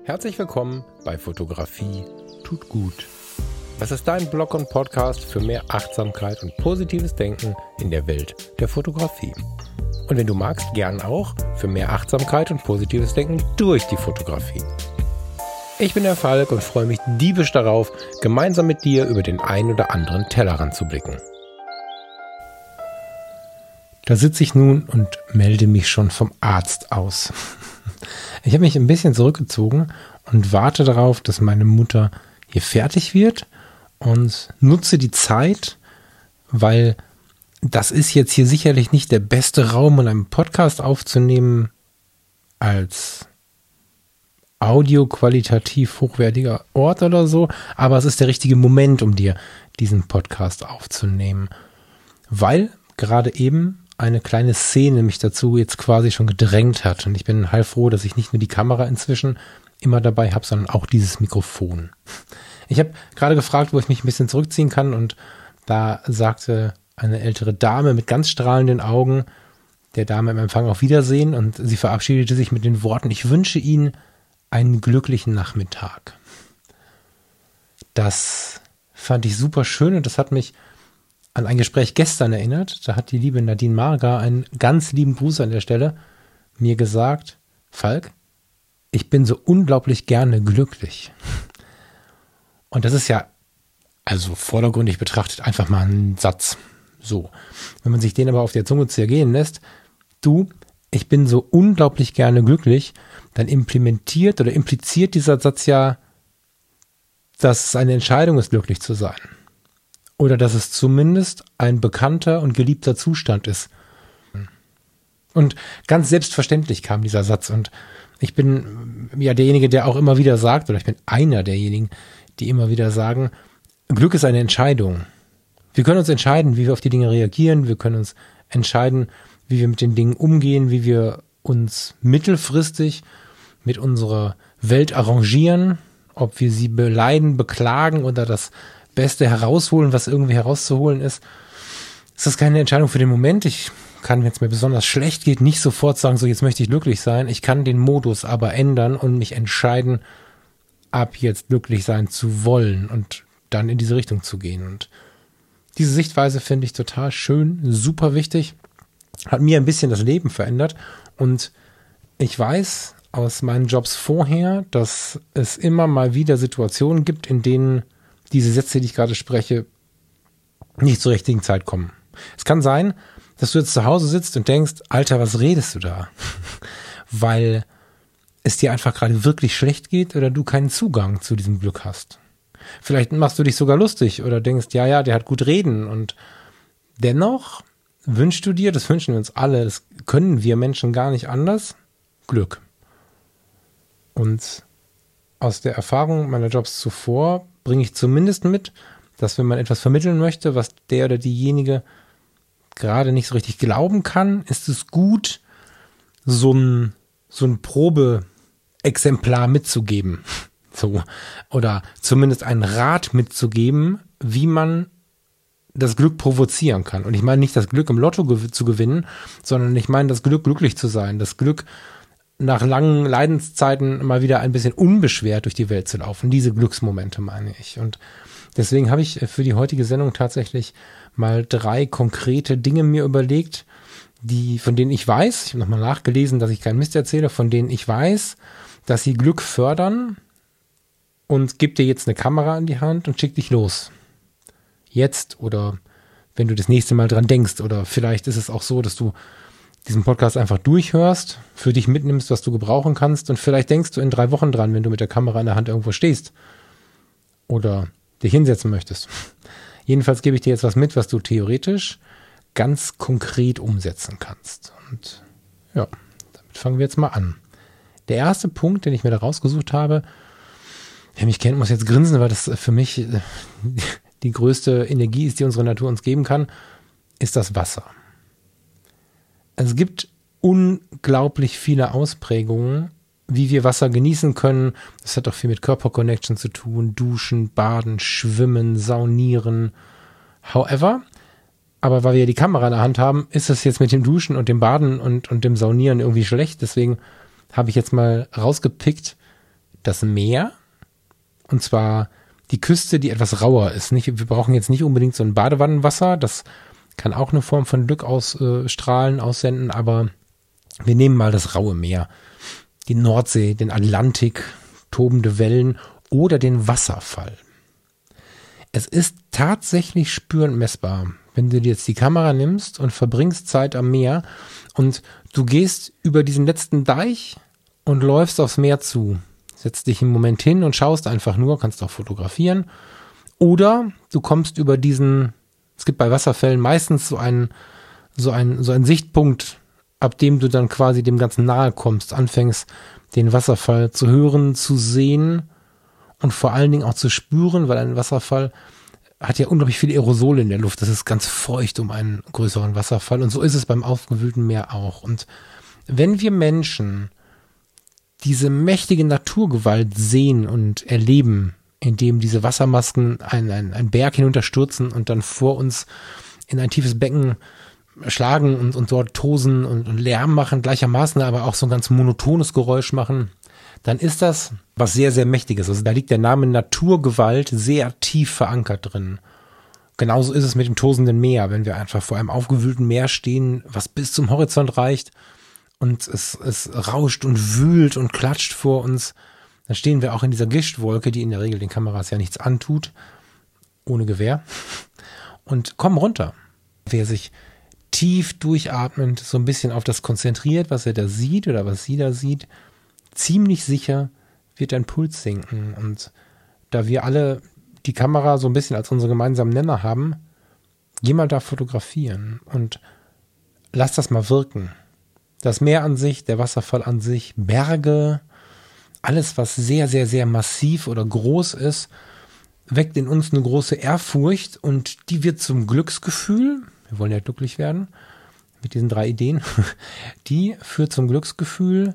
Herzlich willkommen bei Fotografie tut gut. Das ist dein Blog und Podcast für mehr Achtsamkeit und positives Denken in der Welt der Fotografie. Und wenn du magst, gern auch für mehr Achtsamkeit und positives Denken durch die Fotografie. Ich bin der Falk und freue mich diebisch darauf, gemeinsam mit dir über den ein oder anderen Tellerrand zu blicken. Da sitze ich nun und melde mich schon vom Arzt aus. Ich habe mich ein bisschen zurückgezogen und warte darauf, dass meine Mutter hier fertig wird und nutze die Zeit, weil das ist jetzt hier sicherlich nicht der beste Raum, um einen Podcast aufzunehmen als audioqualitativ hochwertiger Ort oder so, aber es ist der richtige Moment, um dir diesen Podcast aufzunehmen, weil gerade eben eine kleine Szene mich dazu jetzt quasi schon gedrängt hat. Und ich bin heilfroh, dass ich nicht nur die Kamera inzwischen immer dabei habe, sondern auch dieses Mikrofon. Ich habe gerade gefragt, wo ich mich ein bisschen zurückziehen kann, und da sagte eine ältere Dame mit ganz strahlenden Augen der Dame im Empfang auf Wiedersehen, und sie verabschiedete sich mit den Worten: Ich wünsche Ihnen einen glücklichen Nachmittag. Das fand ich super schön und das hat mich an ein Gespräch gestern erinnert. Da hat die liebe Nadine Marga, einen ganz lieben Gruß an der Stelle, mir gesagt: Falk, ich bin so unglaublich gerne glücklich. Und das ist ja, also vordergründig betrachtet, einfach mal ein Satz. So, wenn man sich den aber auf der Zunge zergehen lässt: Du, ich bin so unglaublich gerne glücklich, dann impliziert dieser Satz ja, dass es eine Entscheidung ist, glücklich zu sein. Oder dass es zumindest ein bekannter und geliebter Zustand ist. Und ganz selbstverständlich kam dieser Satz. Und ich bin ja derjenige, der auch immer wieder sagt, oder ich bin einer derjenigen, die immer wieder sagen, Glück ist eine Entscheidung. Wir können uns entscheiden, wie wir auf die Dinge reagieren. Wir können uns entscheiden, wie wir mit den Dingen umgehen, wie wir uns mittelfristig mit unserer Welt arrangieren, ob wir sie beleiden, beklagen oder das Beste herausholen, was irgendwie herauszuholen ist. Es ist keine Entscheidung für den Moment. Ich kann, wenn es mir besonders schlecht geht, nicht sofort sagen, so jetzt möchte ich glücklich sein. Ich kann den Modus aber ändern und mich entscheiden, ab jetzt glücklich sein zu wollen und dann in diese Richtung zu gehen. Und diese Sichtweise finde ich total schön, super wichtig, hat mir ein bisschen das Leben verändert. Und ich weiß aus meinen Jobs vorher, dass es immer mal wieder Situationen gibt, in denen diese Sätze, die ich gerade spreche, nicht zur richtigen Zeit kommen. Es kann sein, dass du jetzt zu Hause sitzt und denkst: Alter, was redest du da? Weil es dir einfach gerade wirklich schlecht geht oder du keinen Zugang zu diesem Glück hast. Vielleicht machst du dich sogar lustig oder denkst, ja, der hat gut reden, und dennoch wünschst du dir, das wünschen wir uns alle, das können wir Menschen gar nicht anders, Glück. Und aus der Erfahrung meiner Jobs zuvor bringe ich zumindest mit, dass wenn man etwas vermitteln möchte, was der oder diejenige gerade nicht so richtig glauben kann, ist es gut, so ein Probeexemplar mitzugeben. So. Oder zumindest einen Rat mitzugeben, wie man das Glück provozieren kann. Und ich meine nicht das Glück im Lotto zu gewinnen, sondern ich meine das Glück, glücklich zu sein. Das Glück, nach langen Leidenszeiten mal wieder ein bisschen unbeschwert durch die Welt zu laufen. Diese Glücksmomente meine ich. Und deswegen habe ich für die heutige Sendung tatsächlich mal 3 konkrete Dinge mir überlegt, von denen ich weiß, ich habe nochmal nachgelesen, dass ich keinen Mist erzähle, von denen ich weiß, dass sie Glück fördern, und gib dir jetzt eine Kamera in die Hand und schick dich los. Jetzt oder wenn du das nächste Mal dran denkst, oder vielleicht ist es auch so, dass du diesen Podcast einfach durchhörst, für dich mitnimmst, was du gebrauchen kannst, und vielleicht denkst du in 3 Wochen dran, wenn du mit der Kamera in der Hand irgendwo stehst oder dich hinsetzen möchtest. Jedenfalls gebe ich dir jetzt was mit, was du theoretisch ganz konkret umsetzen kannst. Und ja, damit fangen wir jetzt mal an. Der erste Punkt, den ich mir da rausgesucht habe, wer mich kennt, muss jetzt grinsen, weil das für mich die größte Energie ist, die unsere Natur uns geben kann, ist das Wasser. Es gibt unglaublich viele Ausprägungen, wie wir Wasser genießen können. Das hat auch viel mit Körperconnection zu tun. Duschen, baden, schwimmen, saunieren. However, aber weil wir ja die Kamera in der Hand haben, ist es jetzt mit dem Duschen und dem Baden und dem Saunieren irgendwie schlecht. Deswegen habe ich jetzt mal rausgepickt das Meer, und zwar die Küste, die etwas rauer ist. Wir brauchen jetzt nicht unbedingt so ein Badewannenwasser, das kann auch eine Form von Glück ausstrahlen, aussenden, aber wir nehmen mal das raue Meer, die Nordsee, den Atlantik, tobende Wellen oder den Wasserfall. Es ist tatsächlich spürend messbar, wenn du dir jetzt die Kamera nimmst und verbringst Zeit am Meer und du gehst über diesen letzten Deich und läufst aufs Meer zu. Setzt dich im Moment hin und schaust einfach nur, kannst auch fotografieren. Oder du kommst über es gibt bei Wasserfällen meistens so einen Sichtpunkt, ab dem du dann quasi dem Ganzen nahe kommst, anfängst, den Wasserfall zu hören, zu sehen und vor allen Dingen auch zu spüren, weil ein Wasserfall hat ja unglaublich viel Aerosole in der Luft. Das ist ganz feucht um einen größeren Wasserfall. Und so ist es beim aufgewühlten Meer auch. Und wenn wir Menschen diese mächtige Naturgewalt sehen und erleben, indem diese Wassermasken einen Berg hinunterstürzen und dann vor uns in ein tiefes Becken schlagen und dort tosen und Lärm machen, gleichermaßen aber auch so ein ganz monotones Geräusch machen, dann ist das was sehr, sehr Mächtiges. Also da liegt der Name Naturgewalt sehr tief verankert drin. Genauso ist es mit dem tosenden Meer, wenn wir einfach vor einem aufgewühlten Meer stehen, was bis zum Horizont reicht und es rauscht und wühlt und klatscht vor uns, dann stehen wir auch in dieser Gischtwolke, die in der Regel den Kameras ja nichts antut, ohne Gewehr, und kommen runter. Wer sich tief durchatmend so ein bisschen auf das konzentriert, was er da sieht oder was sie da sieht, ziemlich sicher wird dein Puls sinken. Und da wir alle die Kamera so ein bisschen als unseren gemeinsamen Nenner haben, geh mal da fotografieren und lass das mal wirken. Das Meer an sich, der Wasserfall an sich, Berge, alles, was sehr, sehr, sehr massiv oder groß ist, weckt in uns eine große Ehrfurcht und die wird zum Glücksgefühl. Wir wollen ja glücklich werden mit diesen 3 Ideen. Die führt zum Glücksgefühl,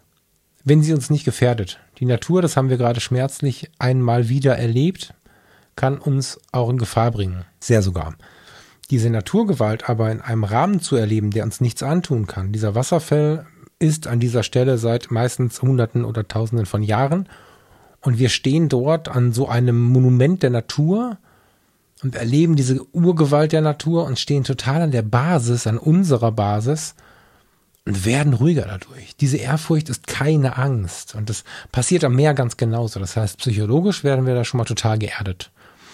wenn sie uns nicht gefährdet. Die Natur, das haben wir gerade schmerzlich einmal wieder erlebt, kann uns auch in Gefahr bringen. Sehr sogar. Diese Naturgewalt aber in einem Rahmen zu erleben, der uns nichts antun kann. Dieser Wasserfall ist an dieser Stelle seit meistens Hunderten oder Tausenden von Jahren. Und wir stehen dort an so einem Monument der Natur und erleben diese Urgewalt der Natur und stehen total an der Basis, an unserer Basis und werden ruhiger dadurch. Diese Ehrfurcht ist keine Angst. Und das passiert am Meer ganz genauso. Das heißt, psychologisch werden wir da schon mal total geerdet.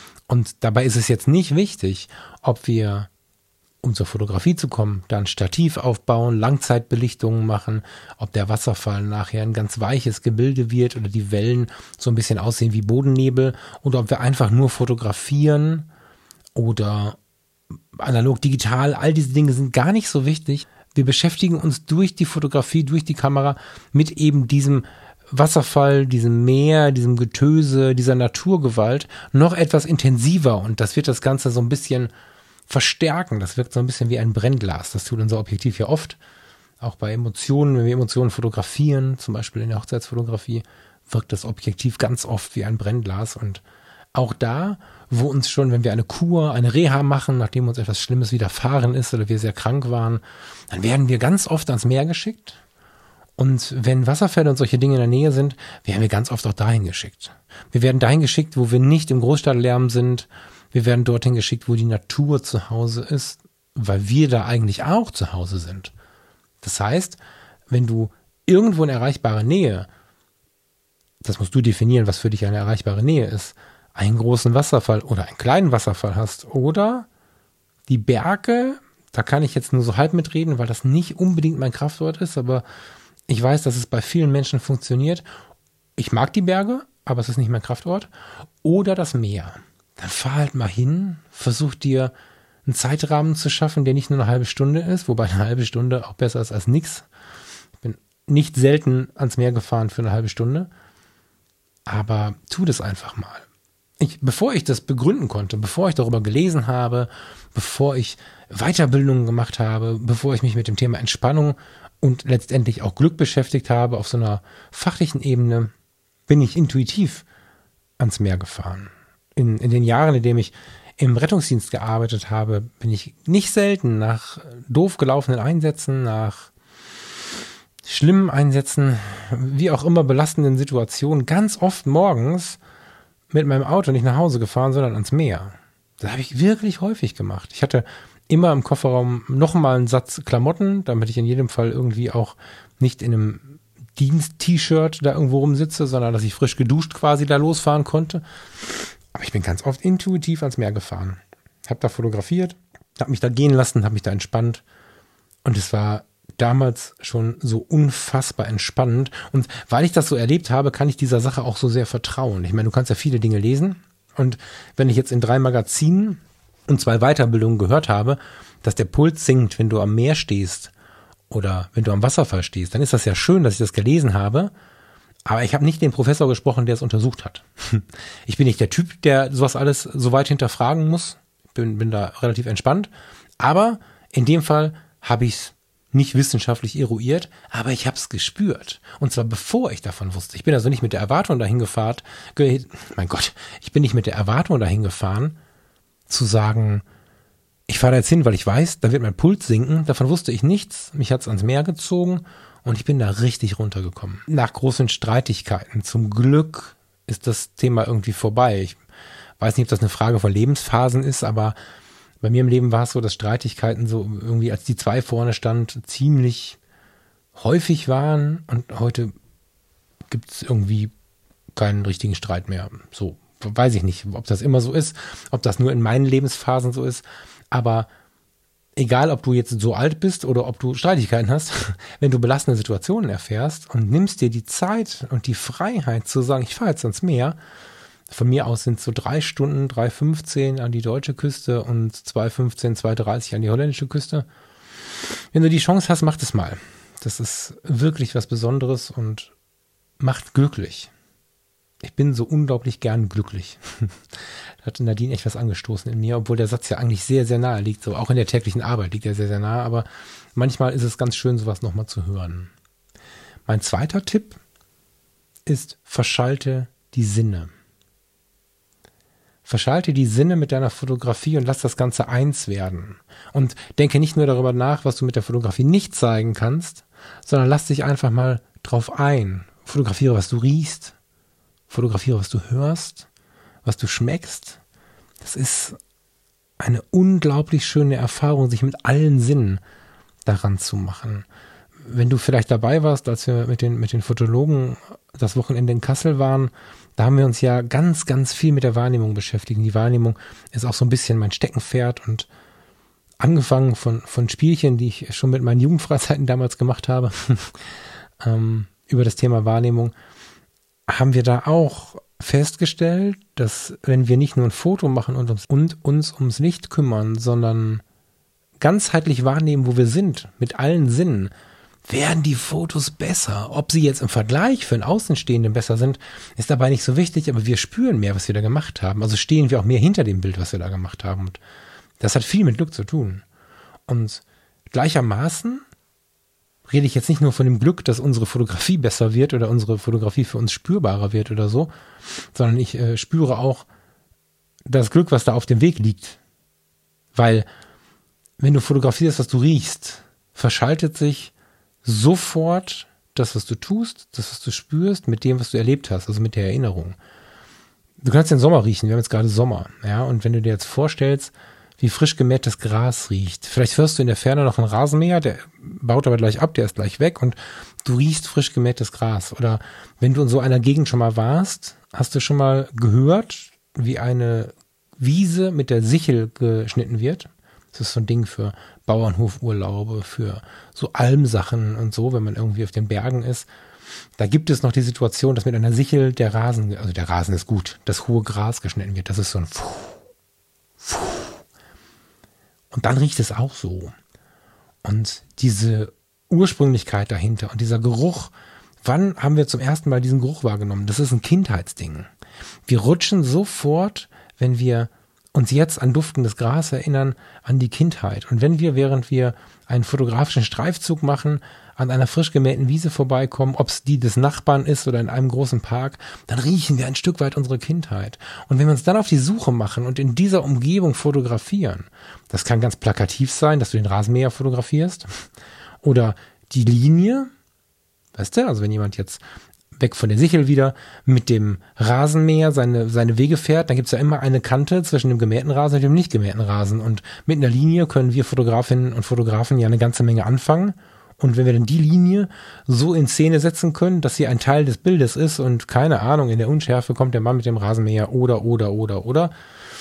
Und dabei ist es jetzt nicht wichtig, ob wir, um zur Fotografie zu kommen, dann Stativ aufbauen, Langzeitbelichtungen machen, ob der Wasserfall nachher ein ganz weiches Gebilde wird oder die Wellen so ein bisschen aussehen wie Bodennebel oder ob wir einfach nur fotografieren oder analog, digital. All diese Dinge sind gar nicht so wichtig. Wir beschäftigen uns durch die Fotografie, durch die Kamera mit eben diesem Wasserfall, diesem Meer, diesem Getöse, dieser Naturgewalt noch etwas intensiver und das wird das Ganze so ein bisschen verstärken. Das wirkt so ein bisschen wie ein Brennglas. Das tut unser Objektiv ja oft. Auch bei Emotionen, wenn wir Emotionen fotografieren, zum Beispiel in der Hochzeitsfotografie, wirkt das Objektiv ganz oft wie ein Brennglas. Und auch da, wo uns schon, wenn wir eine Kur, eine Reha machen, nachdem uns etwas Schlimmes widerfahren ist oder wir sehr krank waren, dann werden wir ganz oft ans Meer geschickt. Und wenn Wasserfälle und solche Dinge in der Nähe sind, werden wir ganz oft auch dahin geschickt. Wir werden dahin geschickt, wo wir nicht im Großstadtlärm sind. Wir werden dorthin geschickt, wo die Natur zu Hause ist, weil wir da eigentlich auch zu Hause sind. Das heißt, wenn du irgendwo in erreichbarer Nähe, das musst du definieren, was für dich eine erreichbare Nähe ist, einen großen Wasserfall oder einen kleinen Wasserfall hast oder die Berge, da kann ich jetzt nur so halb mitreden, weil das nicht unbedingt mein Kraftwort ist, aber ich weiß, dass es bei vielen Menschen funktioniert. Ich mag die Berge, aber es ist nicht mein Kraftort. Oder das Meer. Dann fahr halt mal hin, versuch dir einen Zeitrahmen zu schaffen, der nicht nur eine halbe Stunde ist, wobei eine halbe Stunde auch besser ist als nichts. Ich bin nicht selten ans Meer gefahren für eine halbe Stunde, aber tu das einfach mal. Bevor ich das begründen konnte, bevor ich darüber gelesen habe, bevor ich Weiterbildungen gemacht habe, bevor ich mich mit dem Thema Entspannung und letztendlich auch Glück beschäftigt habe auf so einer fachlichen Ebene, bin ich intuitiv ans Meer gefahren. In den Jahren, in denen ich im Rettungsdienst gearbeitet habe, bin ich nicht selten nach doof gelaufenen Einsätzen, nach schlimmen Einsätzen, wie auch immer belastenden Situationen, ganz oft morgens mit meinem Auto nicht nach Hause gefahren, sondern ans Meer. Das habe ich wirklich häufig gemacht. Ich hatte immer im Kofferraum nochmal einen Satz Klamotten, damit ich in jedem Fall irgendwie auch nicht in einem Dienst-T-Shirt da irgendwo rumsitze, sondern dass ich frisch geduscht quasi da losfahren konnte. Aber ich bin ganz oft intuitiv ans Meer gefahren. Habe da fotografiert, habe mich da gehen lassen, habe mich da entspannt. Und es war damals schon so unfassbar entspannend. Und weil ich das so erlebt habe, kann ich dieser Sache auch so sehr vertrauen. Ich meine, du kannst ja viele Dinge lesen. Und wenn ich jetzt in 3 Magazinen und 2 Weiterbildungen gehört habe, dass der Puls sinkt, wenn du am Meer stehst oder wenn du am Wasserfall stehst, dann ist das ja schön, dass ich das gelesen habe. Aber ich habe nicht den Professor gesprochen, der es untersucht hat. Ich bin nicht der Typ, der sowas alles so weit hinterfragen muss. Ich bin da relativ entspannt. Aber in dem Fall habe ich es nicht wissenschaftlich eruiert, aber ich habe es gespürt. Und zwar bevor ich davon wusste. Ich bin also nicht mit der Erwartung dahin gefahren, ich bin nicht mit der Erwartung dahin gefahren, zu sagen, ich fahre da jetzt hin, weil ich weiß, da wird mein Puls sinken. Davon wusste ich nichts. Mich hat es ans Meer gezogen und ich bin da richtig runtergekommen. Nach großen Streitigkeiten. Zum Glück ist das Thema irgendwie vorbei. Ich weiß nicht, ob das eine Frage von Lebensphasen ist, aber bei mir im Leben war es so, dass Streitigkeiten so irgendwie, als die 2 vorne stand, ziemlich häufig waren und heute gibt es irgendwie keinen richtigen Streit mehr. So, weiß ich nicht, ob das immer so ist, ob das nur in meinen Lebensphasen so ist, aber egal, ob du jetzt so alt bist oder ob du Streitigkeiten hast, wenn du belastende Situationen erfährst und nimmst dir die Zeit und die Freiheit zu sagen, ich fahre jetzt ans Meer. Von mir aus sind es so 3 Stunden, 3,15 an die deutsche Küste und 2,15, 2,30 an die holländische Küste. Wenn du die Chance hast, mach das mal. Das ist wirklich was Besonderes und macht glücklich. Ich bin so unglaublich gern glücklich. Da hat Nadine echt was angestoßen in mir, obwohl der Satz ja eigentlich sehr, sehr nahe liegt. So auch in der täglichen Arbeit liegt er sehr, sehr nahe, aber manchmal ist es ganz schön, sowas nochmal zu hören. Mein zweiter Tipp ist, verschalte die Sinne. Verschalte die Sinne mit deiner Fotografie und lass das Ganze eins werden. Und denke nicht nur darüber nach, was du mit der Fotografie nicht zeigen kannst, sondern lass dich einfach mal drauf ein. Fotografiere, was du riechst. Fotografiere, was du hörst, was du schmeckst. Das ist eine unglaublich schöne Erfahrung, sich mit allen Sinnen daran zu machen. Wenn du vielleicht dabei warst, als wir mit den Fotologen das Wochenende in Kassel waren, da haben wir uns ja ganz, ganz viel mit der Wahrnehmung beschäftigt. Die Wahrnehmung ist auch so ein bisschen mein Steckenpferd und angefangen von Spielchen, die ich schon mit meinen Jugendfreizeiten damals gemacht habe, über das Thema Wahrnehmung, haben wir da auch festgestellt, dass wenn wir nicht nur ein Foto machen und uns ums Licht kümmern, sondern ganzheitlich wahrnehmen, wo wir sind, mit allen Sinnen, werden die Fotos besser. Ob sie jetzt im Vergleich für einen Außenstehenden besser sind, ist dabei nicht so wichtig, aber wir spüren mehr, was wir da gemacht haben. Also stehen wir auch mehr hinter dem Bild, was wir da gemacht haben. Und das hat viel mit Glück zu tun. Und gleichermaßen rede ich jetzt nicht nur von dem Glück, dass unsere Fotografie besser wird oder unsere Fotografie für uns spürbarer wird oder so, sondern ich spüre auch das Glück, was da auf dem Weg liegt. Weil, wenn du fotografierst, was du riechst, verschaltet sich sofort das, was du tust, das, was du spürst, mit dem, was du erlebt hast, also mit der Erinnerung. Du kannst den Sommer riechen, wir haben jetzt gerade Sommer, ja, und wenn du dir jetzt vorstellst, wie frisch gemähtes Gras riecht, vielleicht hörst du in der Ferne noch einen Rasenmäher, der baut aber gleich ab, der ist gleich weg und du riechst frisch gemähtes Gras. Oder wenn du in so einer Gegend schon mal warst, hast du schon mal gehört, wie eine Wiese mit der Sichel geschnitten wird? Das ist so ein Ding für Bauernhofurlaube, für so Almsachen und so, wenn man irgendwie auf den Bergen ist. Da gibt es noch die Situation, dass mit einer Sichel der Rasen ist gut, das hohe Gras geschnitten wird. Das ist so ein und dann riecht es auch so. Und diese Ursprünglichkeit dahinter und dieser Geruch, wann haben wir zum ersten Mal diesen Geruch wahrgenommen? Das ist ein Kindheitsding. Wir rutschen sofort, wenn wir uns jetzt an duftendes Gras erinnern, an die Kindheit. Und wenn wir, während wir einen fotografischen Streifzug machen, an einer frisch gemähten Wiese vorbeikommen, ob es die des Nachbarn ist oder in einem großen Park, dann riechen wir ein Stück weit unsere Kindheit. Und wenn wir uns dann auf die Suche machen und in dieser Umgebung fotografieren, das kann ganz plakativ sein, dass du den Rasenmäher fotografierst oder die Linie, Weißt du, also wenn jemand jetzt weg von der Sichel wieder mit dem Rasenmäher seine Wege fährt, dann gibt es ja immer eine Kante zwischen dem gemähten Rasen und dem nicht gemähten Rasen. Und mit einer Linie können wir Fotografinnen und Fotografen ja eine ganze Menge anfangen. Und wenn wir dann die Linie so in Szene setzen können, dass sie ein Teil des Bildes ist und keine Ahnung, in der Unschärfe kommt der Mann mit dem Rasenmäher oder,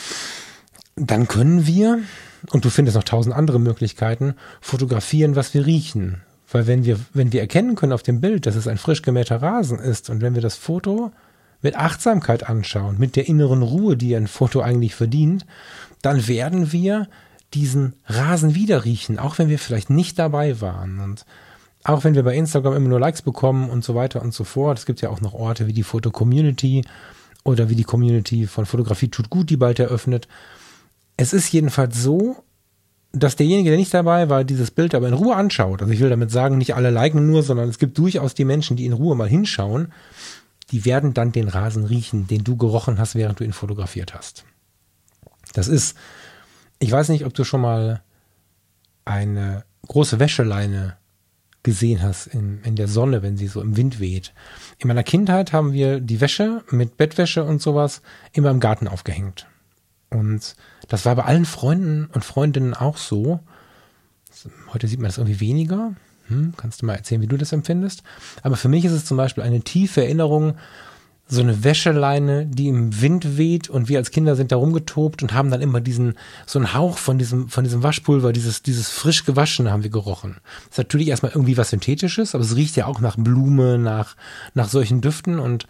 dann können wir, und du findest noch 1000 andere Möglichkeiten, fotografieren, was wir riechen. Weil wenn wir erkennen können auf dem Bild, dass es ein frisch gemähter Rasen ist und wenn wir das Foto mit Achtsamkeit anschauen, mit der inneren Ruhe, die ein Foto eigentlich verdient, dann werden wir diesen Rasen wieder riechen, auch wenn wir vielleicht nicht dabei waren. Und auch wenn wir bei Instagram immer nur Likes bekommen und so weiter und so fort. Es gibt ja auch noch Orte wie die Foto-Community oder wie die Community von Fotografie tut gut, die bald eröffnet. Es ist jedenfalls so, dass derjenige, der nicht dabei war, dieses Bild aber in Ruhe anschaut. Also ich will damit sagen, nicht alle liken nur, sondern es gibt durchaus die Menschen, die in Ruhe mal hinschauen, die werden dann den Rasen riechen, den du gerochen hast, während du ihn fotografiert hast. Das ist, ich weiß nicht, ob du schon mal eine große Wäscheleine gesehen hast in der Sonne, wenn sie so im Wind weht. In meiner Kindheit haben wir die Wäsche mit Bettwäsche und sowas immer im Garten aufgehängt. Und das war bei allen Freunden und Freundinnen auch so. Heute sieht man das irgendwie weniger. Kannst du mal erzählen, wie du das empfindest? Aber für mich ist es zum Beispiel eine tiefe Erinnerung, so eine Wäscheleine, die im Wind weht und wir als Kinder sind da rumgetobt und haben dann immer so einen Hauch von diesem Waschpulver, dieses frisch gewaschene haben wir gerochen. Das ist natürlich erstmal irgendwie was Synthetisches, aber es riecht ja auch nach Blume, nach solchen Düften und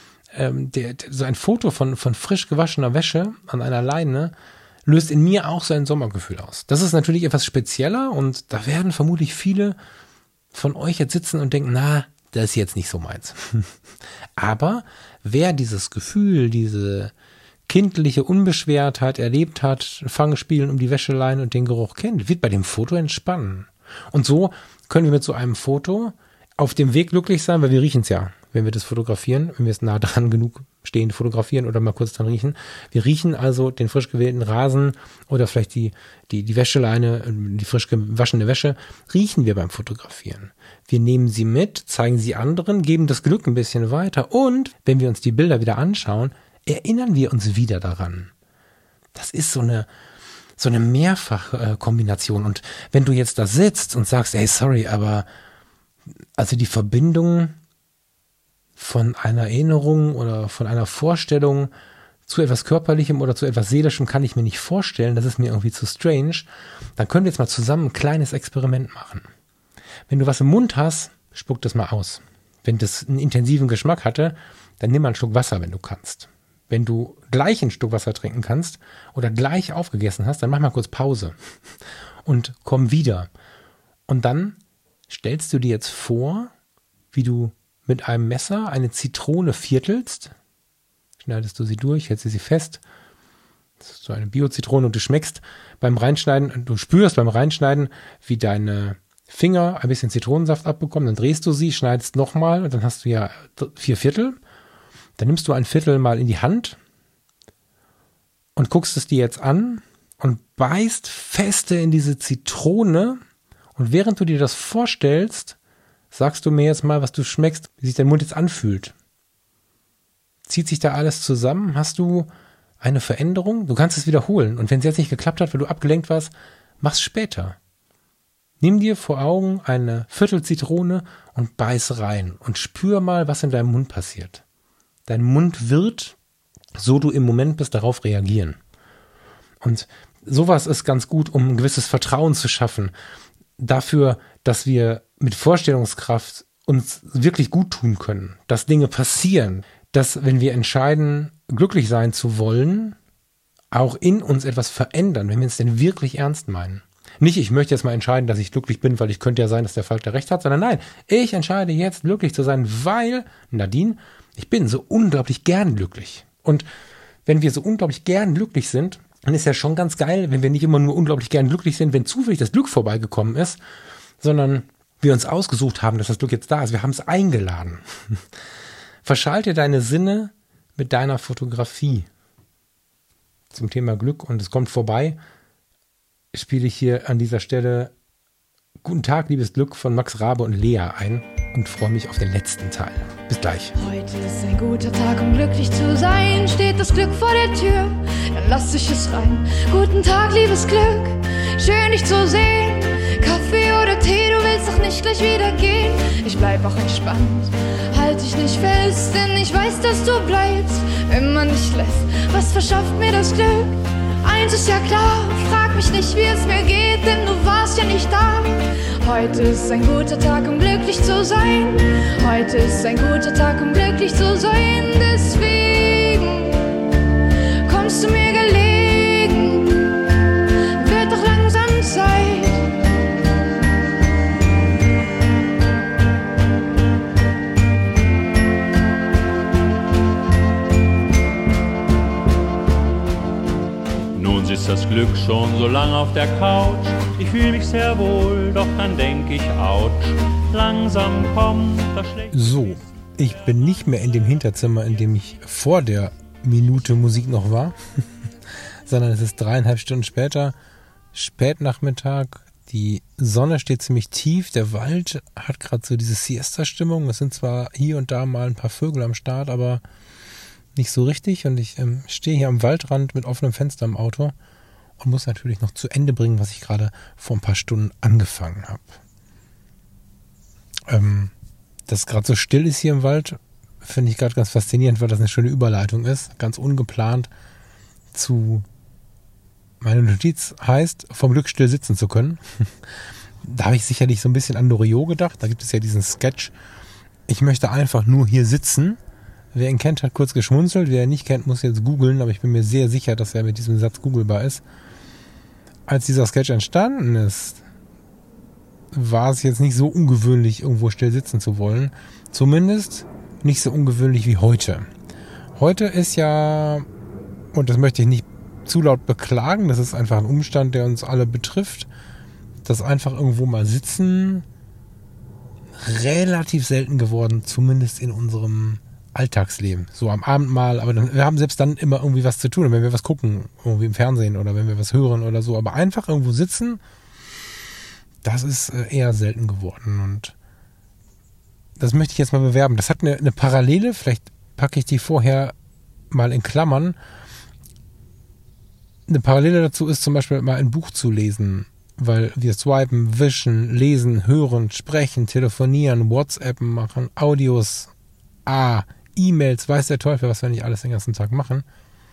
so ein Foto von frisch gewaschener Wäsche an einer Leine löst in mir auch so ein Sommergefühl aus. Das ist natürlich etwas spezieller und da werden vermutlich viele von euch jetzt sitzen und denken, na, das ist jetzt nicht so meins. Aber wer dieses Gefühl, diese kindliche Unbeschwertheit erlebt hat, Fangspielen um die Wäscheleine und den Geruch kennt, wird bei dem Foto entspannen. Und so können wir mit so einem Foto auf dem Weg glücklich sein, weil wir riechen es ja, wenn wir das fotografieren, wenn wir es nah dran genug stehend fotografieren oder mal kurz dran riechen. Wir riechen also den frisch gewählten Rasen oder vielleicht die Wäscheleine, die frisch gewaschene Wäsche, riechen wir beim Fotografieren. Wir nehmen sie mit, zeigen sie anderen, geben das Glück ein bisschen weiter und wenn wir uns die Bilder wieder anschauen, erinnern wir uns wieder daran. Das ist so eine Mehrfachkombination. Und wenn du jetzt da sitzt und sagst, ey, sorry, aber also die Verbindung von einer Erinnerung oder von einer Vorstellung zu etwas Körperlichem oder zu etwas Seelischem kann ich mir nicht vorstellen, das ist mir irgendwie zu strange, dann können wir jetzt mal zusammen ein kleines Experiment machen. Wenn du was im Mund hast, spuck das mal aus. Wenn das einen intensiven Geschmack hatte, dann nimm mal einen Schluck Wasser, wenn du kannst. Wenn du gleich ein Stück Wasser trinken kannst oder gleich aufgegessen hast, dann mach mal kurz Pause und komm wieder. Und dann stellst du dir jetzt vor, wie du mit einem Messer eine Zitrone viertelst, schneidest du sie durch, hältst sie fest, das ist so eine Bio-Zitrone und du schmeckst beim Reinschneiden, du spürst beim Reinschneiden, wie deine Finger ein bisschen Zitronensaft abbekommen, dann drehst du sie, schneidest nochmal und dann hast du ja 4/4, dann nimmst du ein Viertel mal in die Hand und guckst es dir jetzt an und beißt feste in diese Zitrone und während du dir das vorstellst, sagst du mir jetzt mal, was du schmeckst, wie sich dein Mund jetzt anfühlt. Zieht sich da alles zusammen? Hast du eine Veränderung? Du kannst es wiederholen. Und wenn es jetzt nicht geklappt hat, weil du abgelenkt warst, mach's später. Nimm dir vor Augen eine Viertel-Zitrone und beiß rein und spür mal, was in deinem Mund passiert. Dein Mund wird, so du im Moment bist, darauf reagieren. Und sowas ist ganz gut, um ein gewisses Vertrauen zu schaffen. Dafür, dass wir mit Vorstellungskraft uns wirklich gut tun können, dass Dinge passieren, dass, wenn wir entscheiden, glücklich sein zu wollen, auch in uns etwas verändern, wenn wir es denn wirklich ernst meinen. Nicht, ich möchte jetzt mal entscheiden, dass ich glücklich bin, weil ich könnte ja sein, dass der Falke recht hat, sondern nein, ich entscheide jetzt, glücklich zu sein, weil, Nadine, ich bin so unglaublich gern glücklich. Und wenn wir so unglaublich gern glücklich sind, dann ist ja schon ganz geil, wenn wir nicht immer nur unglaublich gern glücklich sind, wenn zufällig das Glück vorbeigekommen ist, sondern wir uns ausgesucht haben, dass das Glück jetzt da ist. Wir haben es eingeladen. Verschalte deine Sinne mit deiner Fotografie. Zum Thema Glück und es kommt vorbei, spiele ich hier an dieser Stelle Guten Tag, liebes Glück von Max Rabe und Lea ein und freue mich auf den letzten Teil. Bis gleich. Heute ist ein guter Tag, um glücklich zu sein. Steht das Glück vor der Tür, dann lass ich es rein. Guten Tag, liebes Glück, schön dich zu sehen. Kaffee oder Tee, du willst doch nicht gleich wieder gehen. Ich bleib auch entspannt, halt dich nicht fest, denn ich weiß, dass du bleibst, wenn man dich lässt. Was verschafft mir das Glück? Eins ist ja klar, frag mich nicht, wie es mir geht, denn du warst ja nicht da. Heute ist ein guter Tag, um glücklich zu sein. Heute ist ein guter Tag, um glücklich zu sein. Deswegen kommst du mir gelegen, wird doch langsam Zeit. Nun sitzt das Glück schon so lang auf der Couch. Ich fühle mich sehr wohl, doch dann denk ich, ouch. Langsam kommt das Schlechte. So, ich bin nicht mehr in dem Hinterzimmer, in dem ich vor der Minute Musik noch war, sondern es ist 3,5 Stunden später, Spätnachmittag. Die Sonne steht ziemlich tief, der Wald hat gerade so diese Siesta-Stimmung. Es sind zwar hier und da mal ein paar Vögel am Start, aber nicht so richtig. Und ich stehe hier am Waldrand mit offenem Fenster im Auto und muss natürlich noch zu Ende bringen, was ich gerade vor ein paar Stunden angefangen habe. Dass es gerade so still ist hier im Wald, finde ich gerade ganz faszinierend, weil das eine schöne Überleitung ist. Ganz ungeplant zu meine Notiz heißt, vom Glück still sitzen zu können. Da habe ich sicherlich so ein bisschen an Loriot gedacht. Da gibt es ja diesen Sketch. Ich möchte einfach nur hier sitzen. Wer ihn kennt, hat kurz geschmunzelt. Wer ihn nicht kennt, muss jetzt googeln. Aber ich bin mir sehr sicher, dass er mit diesem Satz googelbar ist. Als dieser Sketch entstanden ist, war es jetzt nicht so ungewöhnlich, irgendwo still sitzen zu wollen. Zumindest nicht so ungewöhnlich wie heute. Heute ist ja, und das möchte ich nicht zu laut beklagen, das ist einfach ein Umstand, der uns alle betrifft, dass einfach irgendwo mal sitzen relativ selten geworden, zumindest in unserem Alltagsleben. So am Abend mal, aber wir haben selbst dann immer irgendwie was zu tun, wenn wir was gucken, irgendwie im Fernsehen oder wenn wir was hören oder so, aber einfach irgendwo sitzen, das ist eher selten geworden und das möchte ich jetzt mal bewerben. Das hat eine Parallele, vielleicht packe ich die vorher mal in Klammern. Eine Parallele dazu ist zum Beispiel mal ein Buch zu lesen, weil wir swipen, wischen, lesen, hören, sprechen, telefonieren, WhatsAppen machen, Audios, E-Mails, weiß der Teufel, was wir nicht alles den ganzen Tag machen.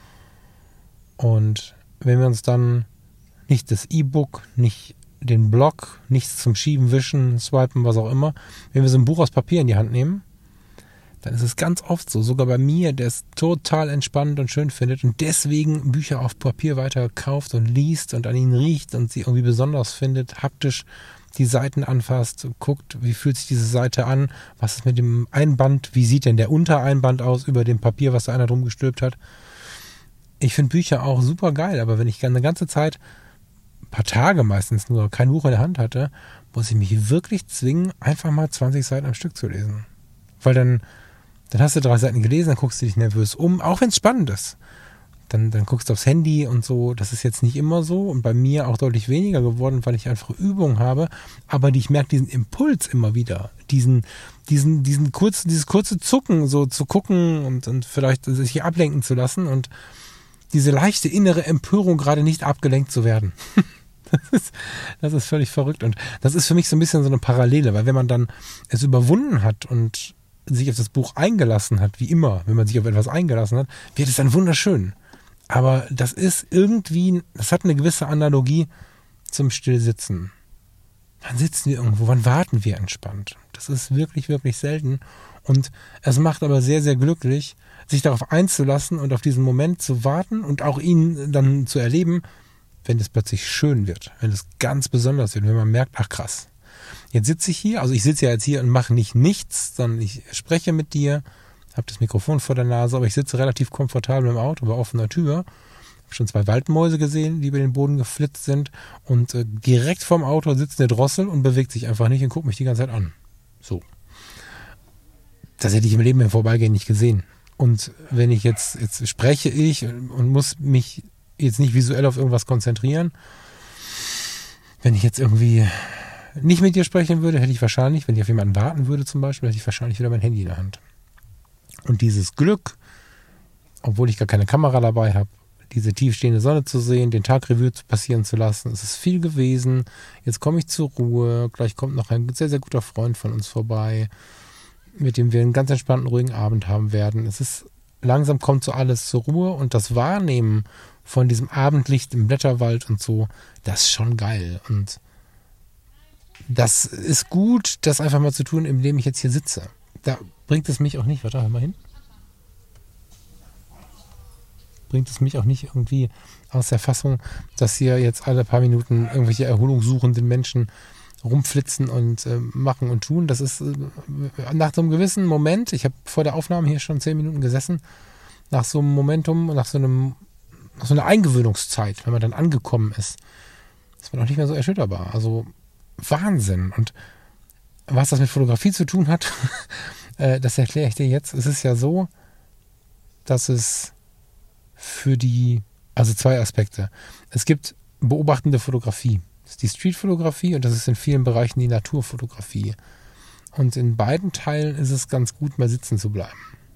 Und wenn wir uns dann nicht das E-Book, nicht den Blog, nichts zum Schieben, Wischen, Swipen, was auch immer, wenn wir so ein Buch aus Papier in die Hand nehmen, dann ist es ganz oft so, sogar bei mir, der es total entspannend und schön findet und deswegen Bücher auf Papier weiter kauft und liest und an ihnen riecht und sie irgendwie besonders findet, haptisch die Seiten anfasst, guckt, wie fühlt sich diese Seite an, was ist mit dem Einband, wie sieht denn der Untereinband aus über dem Papier, was da einer drum gestülpt hat. Ich finde Bücher auch super geil, aber wenn ich eine ganze Zeit, ein paar Tage meistens nur, kein Buch in der Hand hatte, muss ich mich wirklich zwingen, einfach mal 20 Seiten am Stück zu lesen. Weil dann hast du 3 Seiten gelesen, dann guckst du dich nervös um, auch wenn es spannend ist. Dann guckst du aufs Handy und so, das ist jetzt nicht immer so und bei mir auch deutlich weniger geworden, weil ich einfach Übung habe, aber ich merke diesen Impuls immer wieder, dieses kurze Zucken, so zu gucken und vielleicht sich ablenken zu lassen und diese leichte innere Empörung, gerade nicht abgelenkt zu werden. Das ist völlig verrückt und das ist für mich so ein bisschen so eine Parallele, weil wenn man dann es überwunden hat und sich auf das Buch eingelassen hat, wie immer, wenn man sich auf etwas eingelassen hat, wird es dann wunderschön. Aber das ist irgendwie, das hat eine gewisse Analogie zum Stillsitzen. Wann sitzen wir irgendwo? Wann warten wir entspannt? Das ist wirklich, wirklich selten. Und es macht aber sehr, sehr glücklich, sich darauf einzulassen und auf diesen Moment zu warten und auch ihn dann zu erleben, wenn es plötzlich schön wird, wenn es ganz besonders wird, wenn man merkt, ach krass, jetzt sitze ich hier, also ich sitze ja jetzt hier und mache nicht nichts, sondern ich spreche mit dir, habe das Mikrofon vor der Nase, aber ich sitze relativ komfortabel im Auto bei offener Tür. Habe schon 2 Waldmäuse gesehen, die über den Boden geflitzt sind und direkt vorm Auto sitzt eine Drossel und bewegt sich einfach nicht und guckt mich die ganze Zeit an. So. Das hätte ich im Leben im Vorbeigehen nicht gesehen. Und wenn ich jetzt spreche ich und muss mich jetzt nicht visuell auf irgendwas konzentrieren, wenn ich jetzt irgendwie nicht mit dir sprechen würde, hätte ich wahrscheinlich, wenn ich auf jemanden warten würde zum Beispiel, hätte ich wahrscheinlich wieder mein Handy in der Hand. Und dieses Glück, obwohl ich gar keine Kamera dabei habe, diese tiefstehende Sonne zu sehen, den Tag Revue passieren zu lassen, es ist viel gewesen, jetzt komme ich zur Ruhe, gleich kommt noch ein sehr, sehr guter Freund von uns vorbei, mit dem wir einen ganz entspannten, ruhigen Abend haben werden. Es ist, langsam kommt so alles zur Ruhe und das Wahrnehmen von diesem Abendlicht im Blätterwald und so, das ist schon geil. Und das ist gut, das einfach mal zu tun, indem ich jetzt hier sitze. Da bringt es mich auch nicht, warte, hör mal hin. Bringt es mich auch nicht irgendwie aus der Fassung, dass hier jetzt alle paar Minuten irgendwelche erholungssuchenden Menschen rumflitzen und machen und tun. Das ist nach so einem gewissen Moment, ich habe vor der Aufnahme hier schon 10 Minuten gesessen, nach so einem Momentum, nach so einer Eingewöhnungszeit, wenn man dann angekommen ist man auch nicht mehr so erschütterbar. Also Wahnsinn. Und was das mit Fotografie zu tun hat, das erkläre ich dir jetzt. Es ist ja so, dass es also 2 Aspekte. Es gibt beobachtende Fotografie. Das ist die Streetfotografie und das ist in vielen Bereichen die Naturfotografie. Und in beiden Teilen ist es ganz gut, mal sitzen zu bleiben.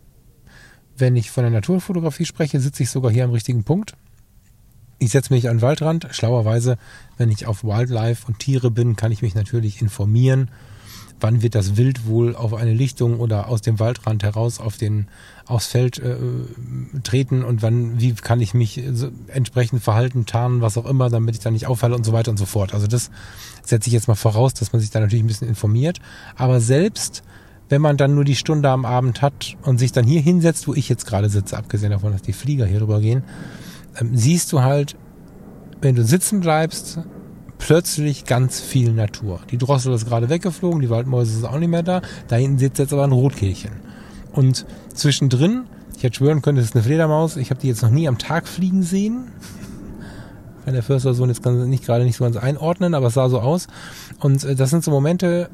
Wenn ich von der Naturfotografie spreche, sitze ich sogar hier am richtigen Punkt. Ich setze mich an den Waldrand. Schlauerweise, wenn ich auf Wildlife und Tiere bin, kann ich mich natürlich informieren, wann wird das Wild wohl auf eine Lichtung oder aus dem Waldrand heraus aufs Feld treten und wie kann ich mich entsprechend verhalten, tarnen, was auch immer, damit ich da nicht auffalle und so weiter und so fort. Also das setze ich jetzt mal voraus, dass man sich da natürlich ein bisschen informiert. Aber selbst wenn man dann nur die Stunde am Abend hat und sich dann hier hinsetzt, wo ich jetzt gerade sitze, abgesehen davon, dass die Flieger hier drüber gehen, siehst du halt, wenn du sitzen bleibst, plötzlich ganz viel Natur. Die Drossel ist gerade weggeflogen, die Waldmäuse sind auch nicht mehr da. Da hinten sitzt jetzt aber ein Rotkehlchen. Und zwischendrin, ich hätte schwören können, das ist eine Fledermaus, ich habe die jetzt noch nie am Tag fliegen sehen. Kann der Förstersohn jetzt nicht so ganz einordnen, aber es sah so aus. Und das sind so Momente,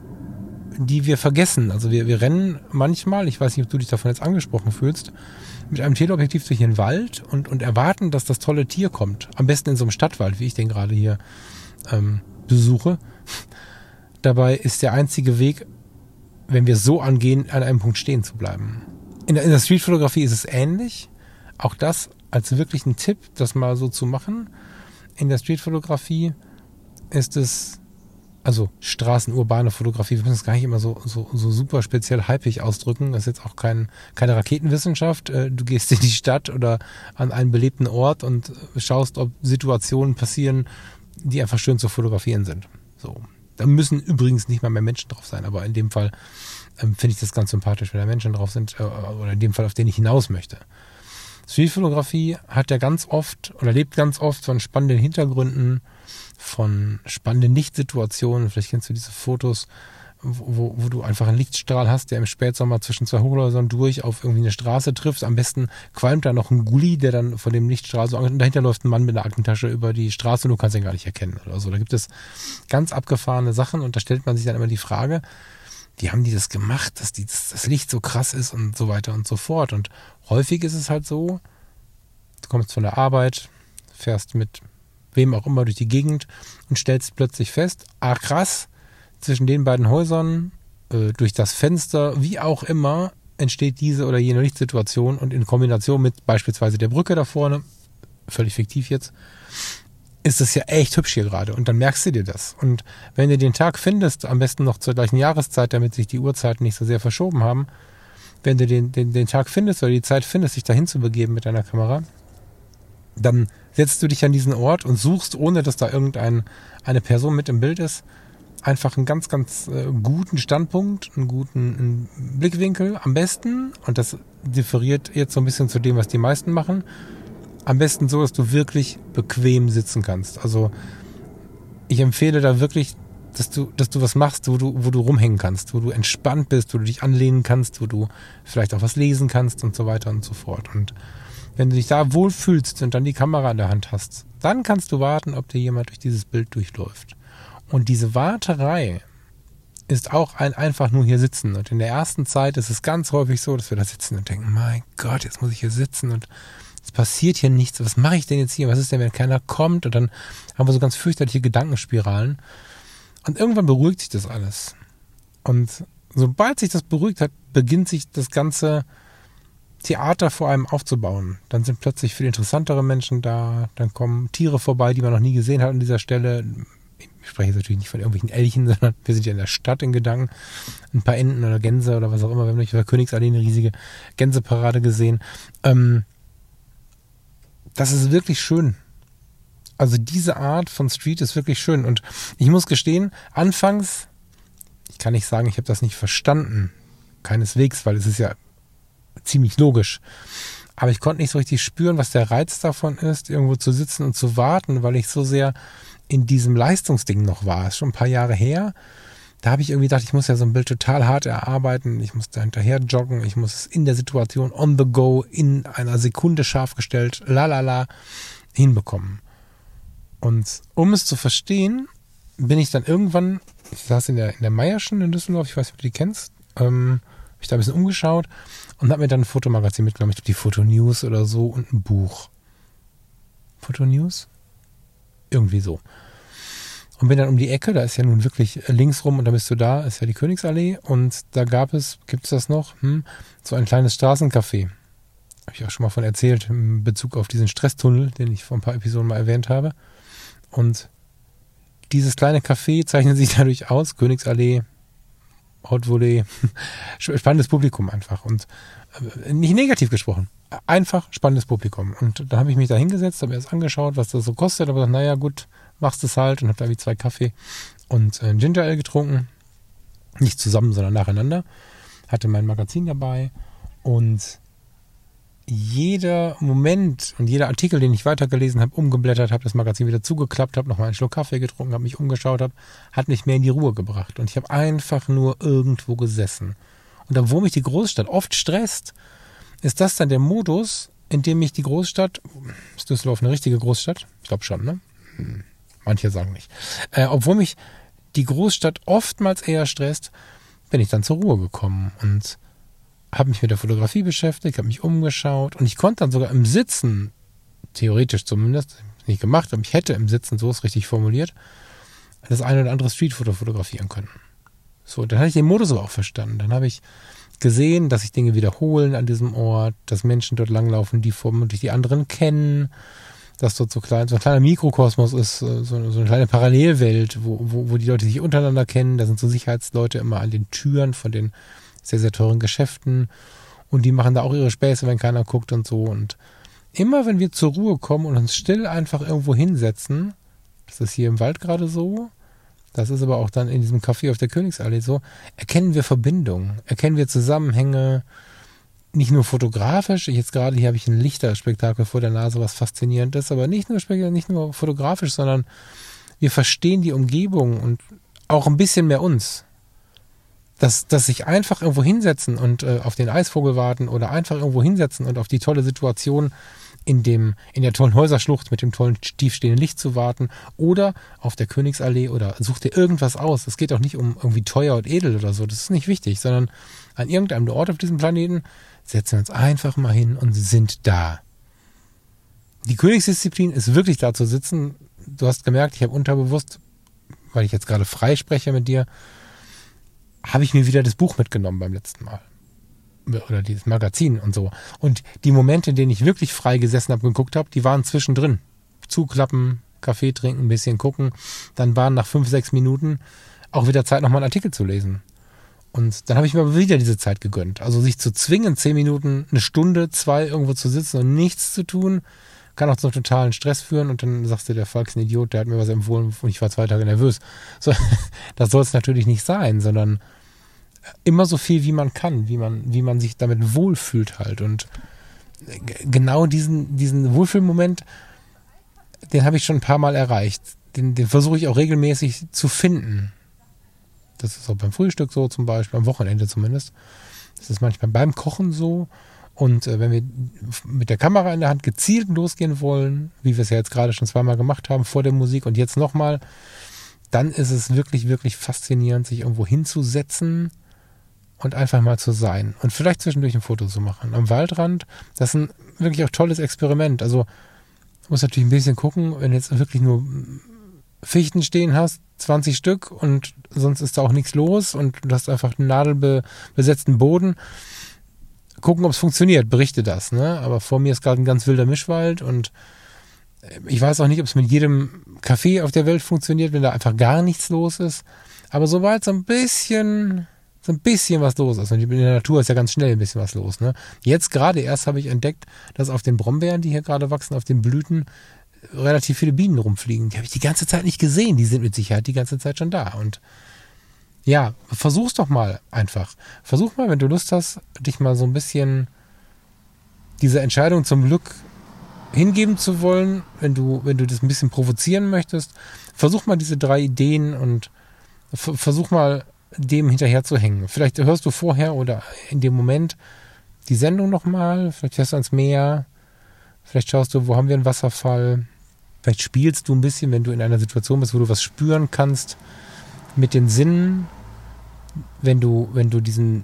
die wir vergessen. Also wir rennen manchmal, ich weiß nicht, ob du dich davon jetzt angesprochen fühlst, mit einem Teleobjektiv durch den Wald und erwarten, dass das tolle Tier kommt. Am besten in so einem Stadtwald, wie ich den gerade hier besuche. Dabei ist der einzige Weg, wenn wir es so angehen, an einem Punkt stehen zu bleiben. In der Streetfotografie ist es ähnlich. Auch das als wirklich ein Tipp, das mal so zu machen. In der Streetfotografie ist es, also straßenurbane Fotografie, wir müssen es gar nicht immer so super speziell hypig ausdrücken. Das ist jetzt auch keine Raketenwissenschaft. Du gehst in die Stadt oder an einen belebten Ort und schaust, ob Situationen passieren, die einfach schön zu fotografieren sind. So. Da müssen übrigens nicht mal mehr Menschen drauf sein, aber in dem Fall finde ich das ganz sympathisch, wenn da Menschen drauf sind, oder in dem Fall, auf den ich hinaus möchte. Streetfotografie hat ja ganz oft oder lebt ganz oft von spannenden Hintergründen, von spannenden Lichtsituationen. Vielleicht kennst du diese Fotos, wo du einfach einen Lichtstrahl hast, der im Spätsommer zwischen 2 Hochhäusern durch auf irgendwie eine Straße trifft. Am besten qualmt da noch ein Gully, der dann von dem Lichtstrahl so und dahinter läuft ein Mann mit einer Aktentasche über die Straße und du kannst ihn gar nicht erkennen oder so. Da gibt es ganz abgefahrene Sachen und da stellt man sich dann immer die Frage, wie haben die das gemacht, dass das Licht so krass ist und so weiter und so fort. Und häufig ist es halt so, du kommst von der Arbeit, fährst mit wem auch immer durch die Gegend und stellst plötzlich fest, krass, zwischen den beiden Häusern, durch das Fenster, wie auch immer, entsteht diese oder jene Lichtsituation und in Kombination mit beispielsweise der Brücke da vorne, völlig fiktiv jetzt, ist es ja echt hübsch hier gerade und dann merkst du dir das. Und wenn du den Tag findest, am besten noch zur gleichen Jahreszeit, damit sich die Uhrzeiten nicht so sehr verschoben haben, wenn du den Tag findest oder die Zeit findest, dich dahin zu begeben mit deiner Kamera, dann setzt du dich an diesen Ort und suchst, ohne dass da eine Person mit im Bild ist, einfach einen ganz, ganz guten Standpunkt, einen guten Blickwinkel am besten, und das differiert jetzt so ein bisschen zu dem, was die meisten machen, am besten so, dass du wirklich bequem sitzen kannst. Also ich empfehle da wirklich, dass du was machst, wo du rumhängen kannst, wo du entspannt bist, wo du dich anlehnen kannst, wo du vielleicht auch was lesen kannst und so weiter und so fort. Und wenn du dich da wohlfühlst und dann die Kamera in der Hand hast, dann kannst du warten, ob dir jemand durch dieses Bild durchläuft. Und diese Warterei ist auch einfach nur hier sitzen. Und in der ersten Zeit ist es ganz häufig so, dass wir da sitzen und denken, mein Gott, jetzt muss ich hier sitzen und es passiert hier nichts. Was mache ich denn jetzt hier? Was ist denn, wenn keiner kommt? Und dann haben wir so ganz fürchterliche Gedankenspiralen. Und irgendwann beruhigt sich das alles. Und sobald sich das beruhigt hat, beginnt sich das ganze Theater vor einem aufzubauen. Dann sind plötzlich viel interessantere Menschen da, dann kommen Tiere vorbei, die man noch nie gesehen hat an dieser Stelle. Ich spreche jetzt natürlich nicht von irgendwelchen Elchen, sondern wir sind ja in der Stadt in Gedanken. Ein paar Enten oder Gänse oder was auch immer. Wir haben durch der Königsallee eine riesige Gänseparade gesehen. Das ist wirklich schön. Also diese Art von Street ist wirklich schön. Und ich muss gestehen, anfangs, ich kann nicht sagen, ich habe das nicht verstanden. Keineswegs, weil es ist ja ziemlich logisch. Aber ich konnte nicht so richtig spüren, was der Reiz davon ist, irgendwo zu sitzen und zu warten, weil ich so sehr in diesem Leistungsding noch war. Das ist schon ein paar Jahre her. Da habe ich irgendwie gedacht, ich muss ja so ein Bild total hart erarbeiten. Ich muss da hinterher joggen. Ich muss es in der Situation on the go, in einer Sekunde scharf gestellt, hinbekommen. Und um es zu verstehen, bin ich dann irgendwann, ich saß in der Meierschen in Düsseldorf, ich weiß nicht, ob du die kennst, habe ich da ein bisschen umgeschaut und habe mir dann ein Fotomagazin mitgenommen. Ich glaube, die Fotonews oder so und ein Buch. Fotonews? Irgendwie so. Und bin dann um die Ecke, da ist ja nun wirklich links rum und da bist du da, ist ja die Königsallee und da gibt es das noch, so ein kleines Straßencafé. Habe ich auch schon mal von erzählt, in Bezug auf diesen Stresstunnel, den ich vor ein paar Episoden mal erwähnt habe. Und dieses kleine Café zeichnet sich dadurch aus, Königsallee, Hautvolley, spannendes Publikum einfach und nicht negativ gesprochen, einfach spannendes Publikum. Und dann habe ich mich da hingesetzt, habe mir das angeschaut, was das so kostet, aber naja gut, machst es halt und habe da wie 2 Kaffee und Ginger Ale getrunken, nicht zusammen, sondern nacheinander, hatte mein Magazin dabei und jeder Moment und jeder Artikel, den ich weitergelesen habe, umgeblättert habe, das Magazin wieder zugeklappt habe, nochmal einen Schluck Kaffee getrunken habe, mich umgeschaut habe, hat mich mehr in die Ruhe gebracht. Und ich habe einfach nur irgendwo gesessen. Und obwohl mich die Großstadt oft stresst, ist das dann der Modus, in dem mich die Großstadt, ist Düsseldorf eine richtige Großstadt? Ich glaube schon, ne? Manche sagen nicht. Obwohl mich die Großstadt oftmals eher stresst, bin ich dann zur Ruhe gekommen und habe mich mit der Fotografie beschäftigt, habe mich umgeschaut und ich konnte dann sogar im Sitzen, theoretisch zumindest, nicht gemacht, aber ich hätte im Sitzen, so ist richtig formuliert, das eine oder andere Streetfoto fotografieren können. So, dann hatte ich den Modus aber auch verstanden. Dann habe ich gesehen, dass sich Dinge wiederholen an diesem Ort, dass Menschen dort langlaufen, die vermutlich die anderen kennen, dass dort so ein kleiner Mikrokosmos ist, so eine kleine Parallelwelt, wo die Leute sich untereinander kennen. Da sind so Sicherheitsleute immer an den Türen von den sehr, sehr teuren Geschäften und die machen da auch ihre Späße, wenn keiner guckt und so. Und immer, wenn wir zur Ruhe kommen und uns still einfach irgendwo hinsetzen, das ist hier im Wald gerade so, das ist aber auch dann in diesem Café auf der Königsallee so, erkennen wir Verbindungen, erkennen wir Zusammenhänge, nicht nur fotografisch, jetzt gerade hier habe ich ein Lichterspektakel vor der Nase, was faszinierend ist, aber nicht nur fotografisch, sondern wir verstehen die Umgebung und auch ein bisschen mehr uns. Dass sich einfach irgendwo hinsetzen und auf den Eisvogel warten oder einfach irgendwo hinsetzen und auf die tolle Situation in der tollen Häuserschlucht mit dem tollen tiefstehenden Licht zu warten oder auf der Königsallee oder such dir irgendwas aus. Es geht auch nicht um irgendwie teuer und edel oder so, das ist nicht wichtig, sondern an irgendeinem Ort auf diesem Planeten setzen wir uns einfach mal hin und sind da. Die Königsdisziplin ist wirklich da zu sitzen. Du hast gemerkt, ich habe unterbewusst, weil ich jetzt gerade frei spreche mit dir, habe ich mir wieder das Buch mitgenommen beim letzten Mal. Oder dieses Magazin und so. Und die Momente, in denen ich wirklich frei gesessen habe und geguckt habe, die waren zwischendrin. Zuklappen, Kaffee trinken, ein bisschen gucken. Dann waren nach 5-6 Minuten auch wieder Zeit, nochmal einen Artikel zu lesen. Und dann habe ich mir aber wieder diese Zeit gegönnt. Also sich zu zwingen, 10 Minuten, eine Stunde, 2 irgendwo zu sitzen und nichts zu tun, kann auch zu totalen Stress führen. Und dann sagst du, der Falk ist ein Idiot, der hat mir was empfohlen und ich war 2 Tage nervös. So, das soll es natürlich nicht sein, sondern immer so viel, wie man kann, wie man sich damit wohlfühlt halt. Und genau diesen Wohlfühlmoment, den habe ich schon ein paar Mal erreicht. Den versuche ich auch regelmäßig zu finden. Das ist auch beim Frühstück so zum Beispiel, am Wochenende zumindest. Das ist manchmal beim Kochen so. Und wenn wir mit der Kamera in der Hand gezielt losgehen wollen, wie wir es ja jetzt gerade schon 2-mal gemacht haben vor der Musik und jetzt nochmal, dann ist es wirklich, wirklich faszinierend, sich irgendwo hinzusetzen und einfach mal zu sein. Und vielleicht zwischendurch ein Foto zu machen. Am Waldrand, das ist ein wirklich auch tolles Experiment. Also muss natürlich ein bisschen gucken, wenn jetzt wirklich nur Fichten stehen hast, 20 Stück und sonst ist da auch nichts los und du hast einfach einen nadelbesetzten Boden. Gucken, ob es funktioniert, berichte das, ne? Aber vor mir ist gerade ein ganz wilder Mischwald und ich weiß auch nicht, ob es mit jedem Café auf der Welt funktioniert, wenn da einfach gar nichts los ist. Aber sobald so ein bisschen was los ist, und in der Natur ist ja ganz schnell ein bisschen was los, ne? Jetzt gerade erst habe ich entdeckt, dass auf den Brombeeren, die hier gerade wachsen, auf den Blüten, relativ viele Bienen rumfliegen. Die habe ich die ganze Zeit nicht gesehen. Die sind mit Sicherheit die ganze Zeit schon da. Und ja, versuch's doch mal einfach. Versuch mal, wenn du Lust hast, dich mal so ein bisschen dieser Entscheidung zum Glück hingeben zu wollen, wenn du das ein bisschen provozieren möchtest, versuch mal diese 3 Ideen und versuch mal dem hinterher zu hängen. Vielleicht hörst du vorher oder in dem Moment die Sendung nochmal, vielleicht fährst du ans Meer, vielleicht schaust du, wo haben wir einen Wasserfall, vielleicht spielst du ein bisschen, wenn du in einer Situation bist, wo du was spüren kannst, mit den Sinnen, wenn du diesen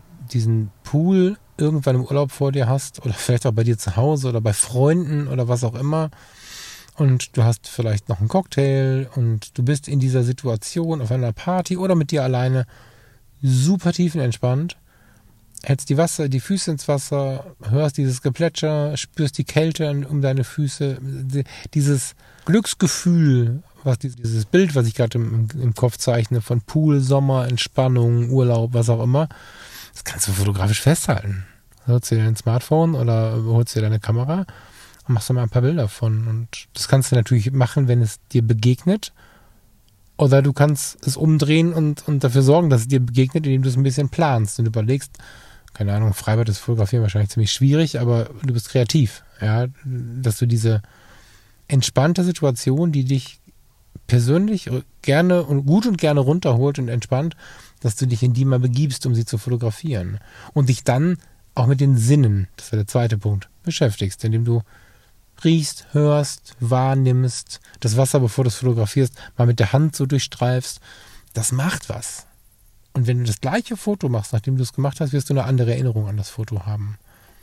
Pool irgendwann im Urlaub vor dir hast oder vielleicht auch bei dir zu Hause oder bei Freunden oder was auch immer und du hast vielleicht noch einen Cocktail und du bist in dieser Situation auf einer Party oder mit dir alleine super tiefenentspannt, hältst die Füße ins Wasser, hörst dieses Geplätscher, spürst die Kälte um deine Füße, dieses Glücksgefühl, was dieses Bild, was ich gerade im Kopf zeichne, von Pool, Sommer, Entspannung, Urlaub, was auch immer, das kannst du fotografisch festhalten. Holst dir dein Smartphone oder holst dir deine Kamera und machst da mal ein paar Bilder von. Und das kannst du natürlich machen, wenn es dir begegnet. Oder du kannst es umdrehen und dafür sorgen, dass es dir begegnet, indem du es ein bisschen planst und überlegst, keine Ahnung, Freibad ist Fotografieren wahrscheinlich ziemlich schwierig, aber du bist kreativ, ja, dass du diese entspannte Situation, die dich persönlich gerne und gut und gerne runterholt und entspannt, dass du dich in die mal begibst, um sie zu fotografieren und dich dann auch mit den Sinnen, das war der zweite Punkt, beschäftigst, indem du riechst, hörst, wahrnimmst, das Wasser, bevor du es fotografierst, mal mit der Hand so durchstreifst. Das macht was. Und wenn du das gleiche Foto machst, nachdem du es gemacht hast, wirst du eine andere Erinnerung an das Foto haben.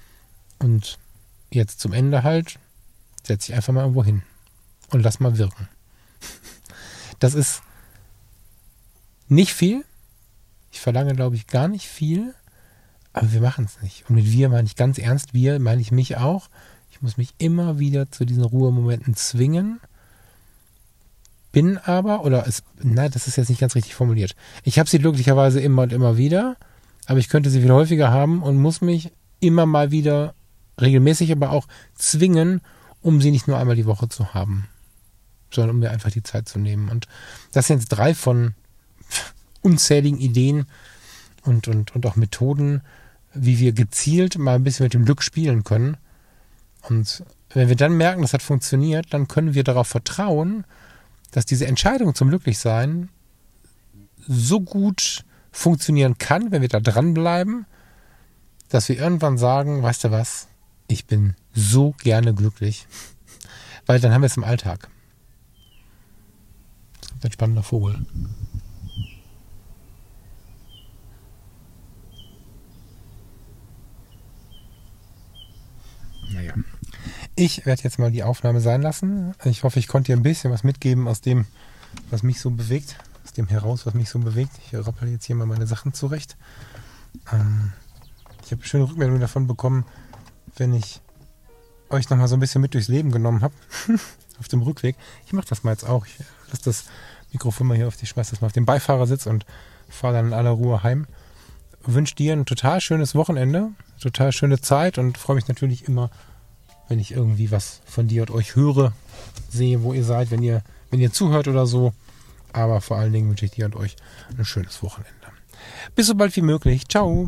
Und jetzt zum Ende halt, setz dich einfach mal irgendwo hin und lass mal wirken. Das ist nicht viel. Ich verlange, glaube ich, gar nicht viel, aber wir machen es nicht. Und mit wir meine ich ganz ernst, wir meine ich mich auch. Ich muss mich immer wieder zu diesen Ruhemomenten zwingen, bin aber, das ist jetzt nicht ganz richtig formuliert. Ich habe sie glücklicherweise immer und immer wieder, aber ich könnte sie viel häufiger haben und muss mich immer mal wieder regelmäßig aber auch zwingen, um sie nicht nur einmal die Woche zu haben, sondern um mir einfach die Zeit zu nehmen. Und das sind jetzt 3 von unzähligen Ideen und auch Methoden, wie wir gezielt mal ein bisschen mit dem Glück spielen können. Und wenn wir dann merken, das hat funktioniert, dann können wir darauf vertrauen, dass diese Entscheidung zum Glücklichsein so gut funktionieren kann, wenn wir da dranbleiben, dass wir irgendwann sagen, weißt du was, ich bin so gerne glücklich, weil dann haben wir es im Alltag. Das ist ein spannender Vogel. Naja. Ich werde jetzt mal die Aufnahme sein lassen. Ich hoffe, ich konnte dir ein bisschen was mitgeben aus dem, was mich so bewegt. Aus dem heraus, was mich so bewegt. Ich rappel jetzt hier mal meine Sachen zurecht. Ich habe schöne Rückmeldungen davon bekommen, wenn ich euch nochmal so ein bisschen mit durchs Leben genommen habe. Auf dem Rückweg. Ich mache das mal jetzt auch. Ich lasse das Mikrofon mal hier ich schmeiß das mal auf den Beifahrersitz und fahre dann in aller Ruhe heim. Wünsche dir ein total schönes Wochenende, total schöne Zeit und freue mich natürlich immer, wenn ich irgendwie was von dir und euch höre, sehe, wo ihr seid, wenn ihr zuhört oder so. Aber vor allen Dingen wünsche ich dir und euch ein schönes Wochenende. Bis so bald wie möglich. Ciao.